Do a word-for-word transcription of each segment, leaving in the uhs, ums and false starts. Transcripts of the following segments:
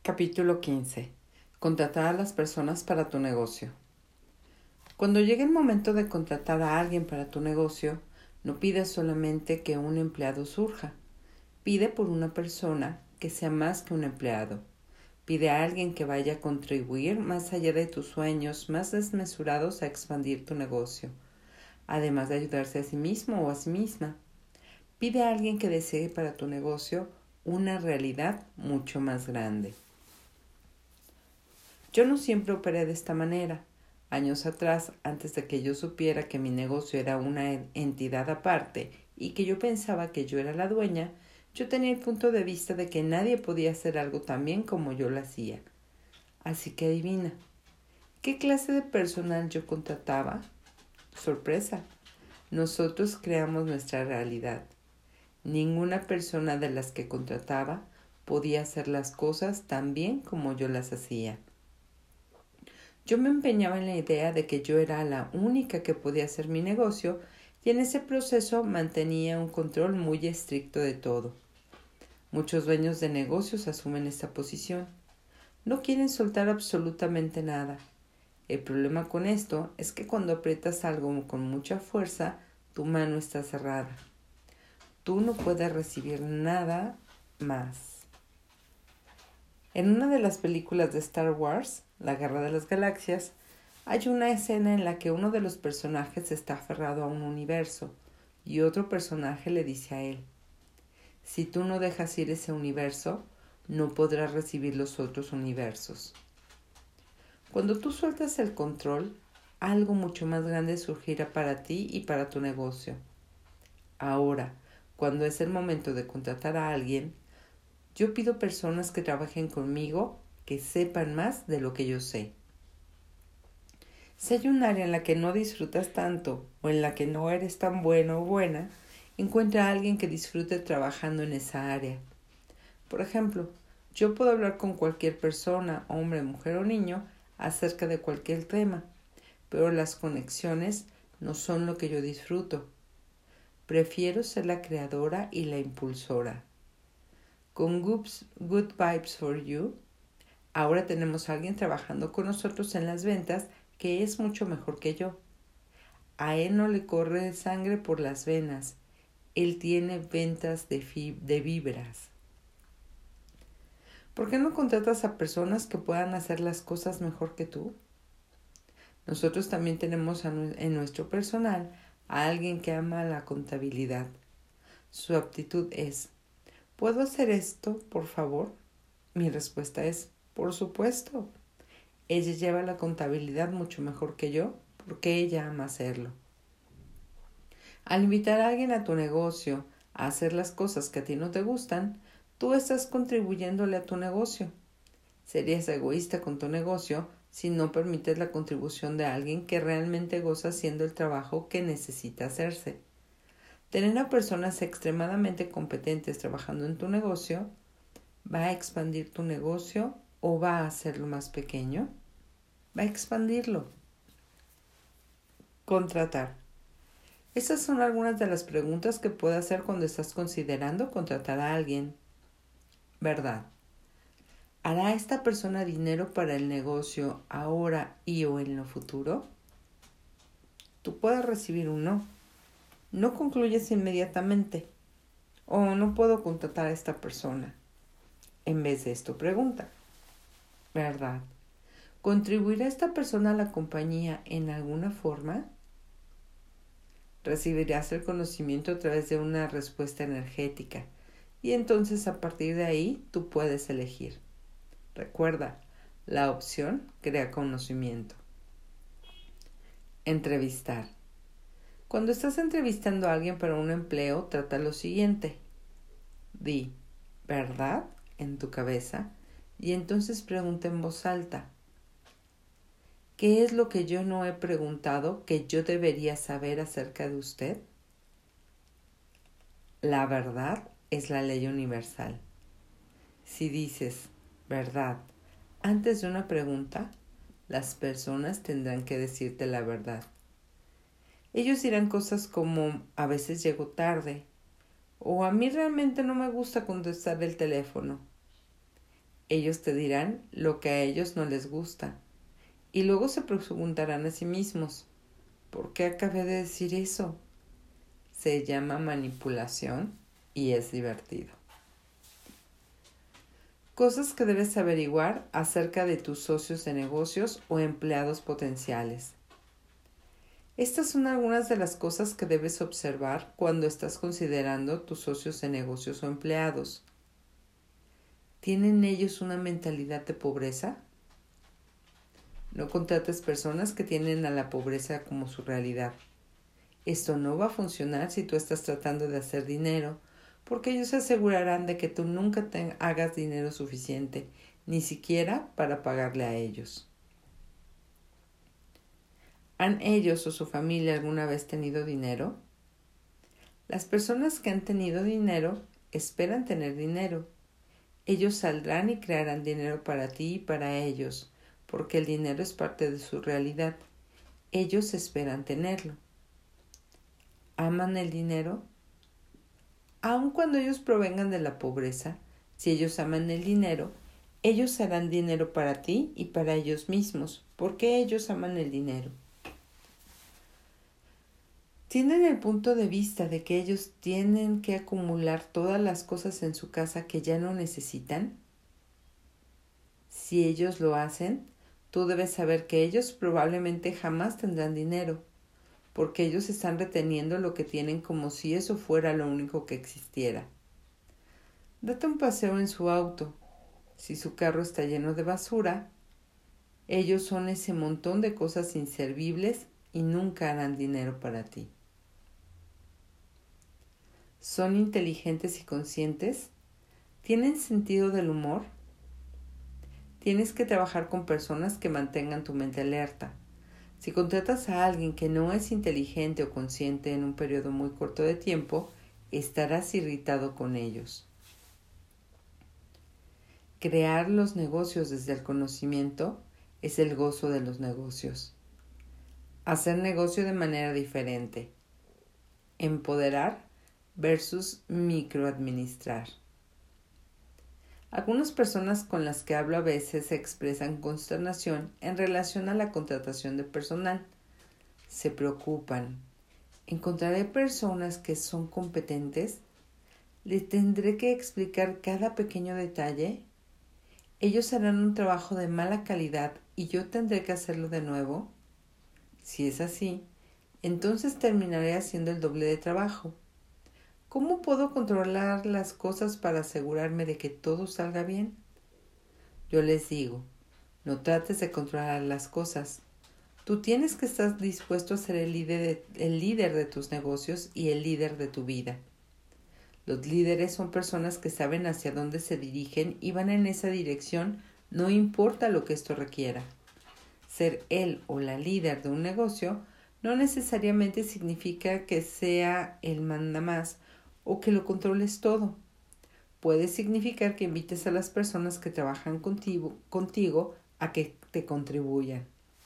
Capítulo quince. Contratar a las personas para tu negocio. Cuando llegue el momento de contratar a alguien para tu negocio, no pidas solamente que un empleado surja. Pide por una persona que sea más que un empleado. Pide a alguien que vaya a contribuir más allá de tus sueños más desmesurados a expandir tu negocio, además de ayudarse a sí mismo o a sí misma. Pide a alguien que desee para tu negocio una realidad mucho más grande. Yo no siempre operé de esta manera. Años atrás, antes de que yo supiera que mi negocio era una entidad aparte y que yo pensaba que yo era la dueña, yo tenía el punto de vista de que nadie podía hacer algo tan bien como yo lo hacía. Así que adivina, ¿qué clase de personal yo contrataba? Sorpresa, nosotros creamos nuestra realidad. Ninguna persona de las que contrataba podía hacer las cosas tan bien como yo las hacía. Yo me empeñaba en la idea de que yo era la única que podía hacer mi negocio y en ese proceso mantenía un control muy estricto de todo. Muchos dueños de negocios asumen esta posición. No quieren soltar absolutamente nada. El problema con esto es que cuando aprietas algo con mucha fuerza, tu mano está cerrada. Tú no puedes recibir nada más. En una de las películas de Star Wars, La Guerra de las Galaxias, hay una escena en la que uno de los personajes está aferrado a un universo y otro personaje le dice a él: si tú no dejas ir ese universo, no podrás recibir los otros universos. Cuando tú sueltas el control, algo mucho más grande surgirá para ti y para tu negocio. Ahora, cuando es el momento de contratar a alguien, yo pido personas que trabajen conmigo que sepan más de lo que yo sé. Si hay un área en la que no disfrutas tanto o en la que no eres tan bueno o buena, encuentra a alguien que disfrute trabajando en esa área. Por ejemplo, yo puedo hablar con cualquier persona, hombre, mujer o niño, acerca de cualquier tema, pero las conexiones no son lo que yo disfruto. Prefiero ser la creadora y la impulsora. Con Good Vibes for You, ahora tenemos a alguien trabajando con nosotros en las ventas que es mucho mejor que yo. A él no le corre sangre por las venas. Él tiene ventas de, fib- de vibras. ¿Por qué no contratas a personas que puedan hacer las cosas mejor que tú? Nosotros también tenemos en nuestro personal a alguien que ama la contabilidad. Su aptitud es: ¿puedo hacer esto, por favor? Mi respuesta es: por supuesto. Ella lleva la contabilidad mucho mejor que yo porque ella ama hacerlo. Al invitar a alguien a tu negocio a hacer las cosas que a ti no te gustan, tú estás contribuyéndole a tu negocio. Serías egoísta con tu negocio si no permites la contribución de alguien que realmente goza haciendo el trabajo que necesita hacerse. Tener a personas extremadamente competentes trabajando en tu negocio ¿va a expandir tu negocio o va a hacerlo más pequeño? Va a expandirlo. Contratar. Estas son algunas de las preguntas que puedes hacer cuando estás considerando contratar a alguien. ¿Verdad? ¿Hará esta persona dinero para el negocio ahora y o en lo futuro? Tú puedes recibir un no. No concluyes inmediatamente. O no puedo contratar a esta persona. En vez de esto, pregunta. ¿Verdad? ¿Contribuirá esta persona a la compañía en alguna forma? Recibirás el conocimiento a través de una respuesta energética y entonces a partir de ahí tú puedes elegir. Recuerda, la opción crea conocimiento. Entrevistar. Cuando estás entrevistando a alguien para un empleo, trata lo siguiente. Di, ¿verdad?, en tu cabeza y entonces pregunta en voz alta. ¿Qué es lo que yo no he preguntado que yo debería saber acerca de usted? La verdad es la ley universal. Si dices verdad antes de una pregunta, las personas tendrán que decirte la verdad. Ellos dirán cosas como: a veces llego tarde, o a mí realmente no me gusta contestar el teléfono. Ellos te dirán lo que a ellos no les gusta y luego se preguntarán a sí mismos, ¿por qué acabé de decir eso? Se llama manipulación y es divertido. Cosas que debes averiguar acerca de tus socios de negocios o empleados potenciales. Estas son algunas de las cosas que debes observar cuando estás considerando tus socios de negocios o empleados. ¿Tienen ellos una mentalidad de pobreza? No contrates personas que tienen a la pobreza como su realidad. Esto no va a funcionar si tú estás tratando de hacer dinero, porque ellos se asegurarán de que tú nunca te hagas dinero suficiente, ni siquiera para pagarle a ellos. ¿Han ellos o su familia alguna vez tenido dinero? Las personas que han tenido dinero esperan tener dinero. Ellos saldrán y crearán dinero para ti y para ellos, porque el dinero es parte de su realidad. Ellos esperan tenerlo. ¿Aman el dinero? Aun cuando ellos provengan de la pobreza, si ellos aman el dinero, ellos harán dinero para ti y para ellos mismos, porque ellos aman el dinero. ¿Tienen el punto de vista de que ellos tienen que acumular todas las cosas en su casa que ya no necesitan? Si ellos lo hacen, tú debes saber que ellos probablemente jamás tendrán dinero, porque ellos están reteniendo lo que tienen como si eso fuera lo único que existiera. Date un paseo en su auto. Si su carro está lleno de basura, ellos son ese montón de cosas inservibles y nunca harán dinero para ti. ¿Son inteligentes y conscientes? ¿Tienen sentido del humor? Tienes que trabajar con personas que mantengan tu mente alerta. Si contratas a alguien que no es inteligente o consciente en un periodo muy corto de tiempo, estarás irritado con ellos. Crear los negocios desde el conocimiento es el gozo de los negocios. Hacer negocio de manera diferente. Empoderar versus microadministrar. Algunas personas con las que hablo a veces expresan consternación en relación a la contratación de personal. Se preocupan. ¿Encontraré personas que son competentes? ¿Les tendré que explicar cada pequeño detalle? ¿Ellos harán un trabajo de mala calidad y yo tendré que hacerlo de nuevo? Si es así, entonces terminaré haciendo el doble de trabajo. ¿Cómo puedo controlar las cosas para asegurarme de que todo salga bien? Yo les digo, no trates de controlar las cosas. Tú tienes que estar dispuesto a ser el líder de, el líder de tus negocios y el líder de tu vida. Los líderes son personas que saben hacia dónde se dirigen y van en esa dirección, no importa lo que esto requiera. Ser él o la líder de un negocio no necesariamente significa que sea el mandamás o que lo controles todo. Puede significar que invites a las personas que trabajan contigo, contigo a que te contribuyan.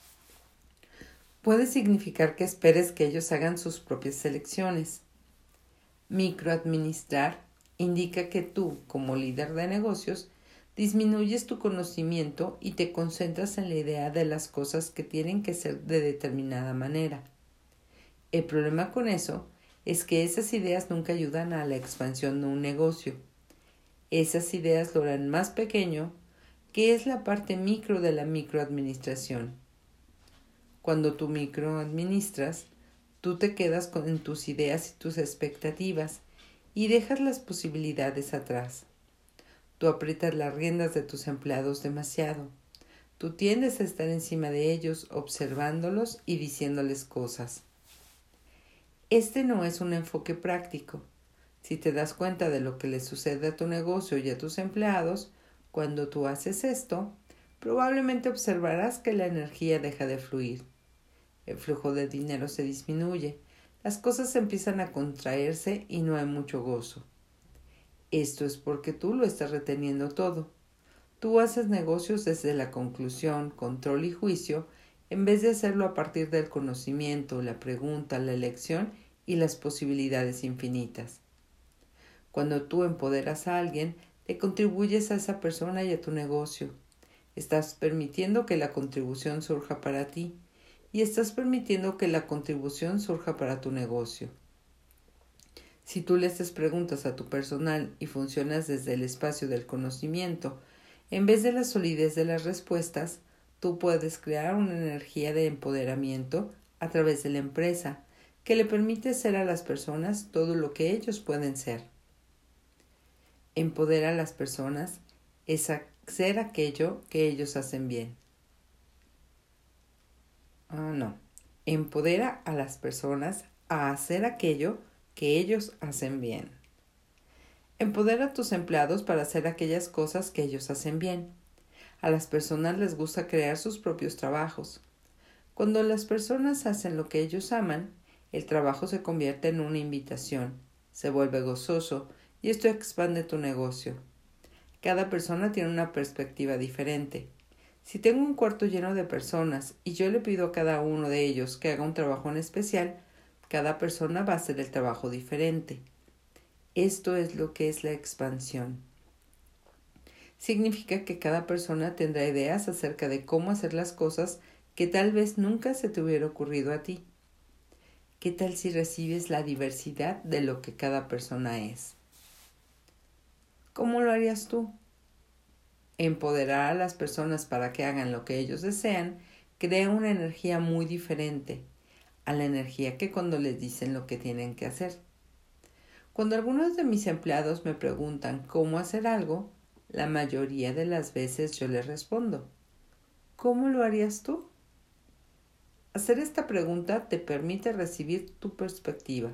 Puede significar que esperes que ellos hagan sus propias elecciones. Microadministrar indica que tú, como líder de negocios, disminuyes tu conocimiento y te concentras en la idea de las cosas que tienen que ser de determinada manera. El problema con eso es que esas ideas nunca ayudan a la expansión de un negocio. Esas ideas lo harán más pequeño, que es la parte micro de la microadministración. Cuando tú microadministras, tú te quedas con en tus ideas y tus expectativas y dejas las posibilidades atrás. Tú aprietas las riendas de tus empleados demasiado. Tú tiendes a estar encima de ellos, observándolos y diciéndoles cosas. Este no es un enfoque práctico. Si te das cuenta de lo que le sucede a tu negocio y a tus empleados, cuando tú haces esto, probablemente observarás que la energía deja de fluir. El flujo de dinero se disminuye, las cosas empiezan a contraerse y no hay mucho gozo. Esto es porque tú lo estás reteniendo todo. Tú haces negocios desde la conclusión, control y juicio, en vez de hacerlo a partir del conocimiento, la pregunta, la elección y las posibilidades infinitas. Cuando tú empoderas a alguien, le contribuyes a esa persona y a tu negocio. Estás permitiendo que la contribución surja para ti y estás permitiendo que la contribución surja para tu negocio. Si tú le haces preguntas a tu personal y funcionas desde el espacio del conocimiento, en vez de la solidez de las respuestas, tú puedes crear una energía de empoderamiento a través de la empresa que le permite ser a las personas todo lo que ellos pueden ser. Empoderar a las personas es hacer aquello que ellos hacen bien. Ah, no. Empodera a las personas a hacer aquello que ellos hacen bien. Empodera a tus empleados para hacer aquellas cosas que ellos hacen bien. A las personas les gusta crear sus propios trabajos. Cuando las personas hacen lo que ellos aman, el trabajo se convierte en una invitación, se vuelve gozoso y esto expande tu negocio. Cada persona tiene una perspectiva diferente. Si tengo un cuarto lleno de personas y yo le pido a cada uno de ellos que haga un trabajo en especial, cada persona va a hacer el trabajo diferente. Esto es lo que es la expansión. Significa que cada persona tendrá ideas acerca de cómo hacer las cosas que tal vez nunca se te hubiera ocurrido a ti. ¿Qué tal si recibes la diversidad de lo que cada persona es? ¿Cómo lo harías tú? Empoderar a las personas para que hagan lo que ellos desean crea una energía muy diferente a la energía que cuando les dicen lo que tienen que hacer. Cuando algunos de mis empleados me preguntan cómo hacer algo, la mayoría de las veces yo les respondo, ¿cómo lo harías tú? Hacer esta pregunta te permite recibir tu perspectiva.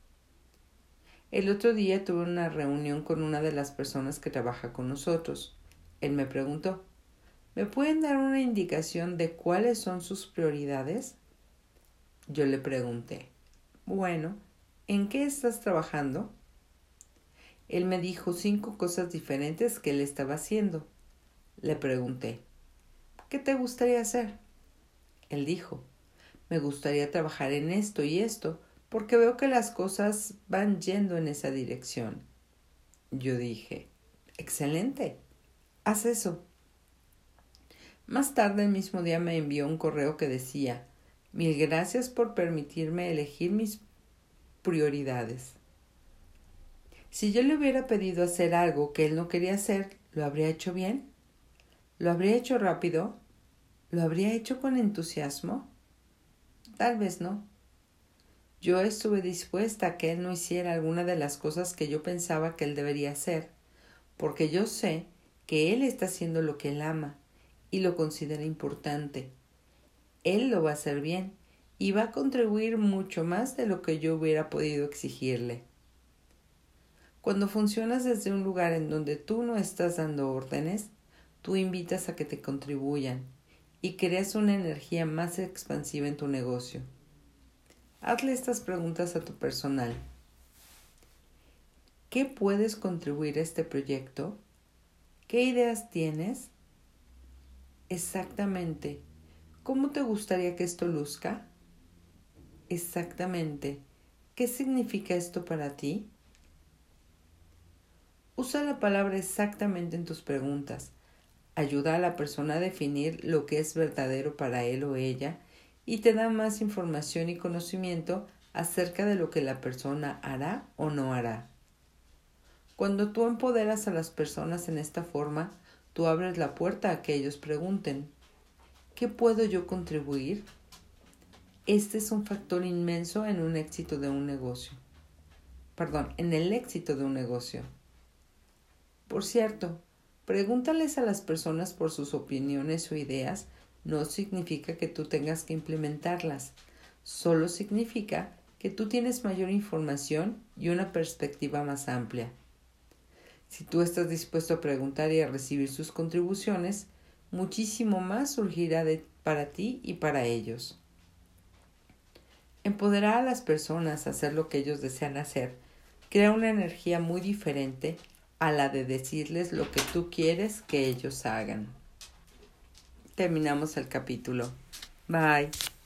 El otro día tuve una reunión con una de las personas que trabaja con nosotros. Él me preguntó, ¿me pueden dar una indicación de cuáles son sus prioridades? Yo le pregunté, bueno, ¿en qué estás trabajando? Él me dijo cinco cosas diferentes que él estaba haciendo. Le pregunté, ¿qué te gustaría hacer? Él dijo, me gustaría trabajar en esto y esto, porque veo que las cosas van yendo en esa dirección. Yo dije, excelente, haz eso. Más tarde el mismo día me envió un correo que decía, mil gracias por permitirme elegir mis prioridades. Si yo le hubiera pedido hacer algo que él no quería hacer, ¿lo habría hecho bien? ¿Lo habría hecho rápido? ¿Lo habría hecho con entusiasmo? Tal vez no. Yo estuve dispuesta a que él no hiciera alguna de las cosas que yo pensaba que él debería hacer, porque yo sé que él está haciendo lo que él ama y lo considera importante. Él lo va a hacer bien y va a contribuir mucho más de lo que yo hubiera podido exigirle. Cuando funcionas desde un lugar en donde tú no estás dando órdenes, tú invitas a que te contribuyan y creas una energía más expansiva en tu negocio. Hazle estas preguntas a tu personal. ¿Qué puedes contribuir a este proyecto? ¿Qué ideas tienes? Exactamente. ¿Cómo te gustaría que esto luzca? Exactamente. ¿Qué significa esto para ti? Usa la palabra exactamente en tus preguntas. Ayuda a la persona a definir lo que es verdadero para él o ella y te da más información y conocimiento acerca de lo que la persona hará o no hará. Cuando tú empoderas a las personas en esta forma, tú abres la puerta a que ellos pregunten, ¿qué puedo yo contribuir? Este es un factor inmenso en un éxito de un negocio. Perdón, en el éxito de un negocio. Por cierto, pregúntales a las personas por sus opiniones o ideas no significa que tú tengas que implementarlas. Solo significa que tú tienes mayor información y una perspectiva más amplia. Si tú estás dispuesto a preguntar y a recibir sus contribuciones, muchísimo más surgirá de, para ti y para ellos. Empoderar a las personas a hacer lo que ellos desean hacer crea una energía muy diferente a la de decirles lo que tú quieres que ellos hagan. Terminamos el capítulo. Bye.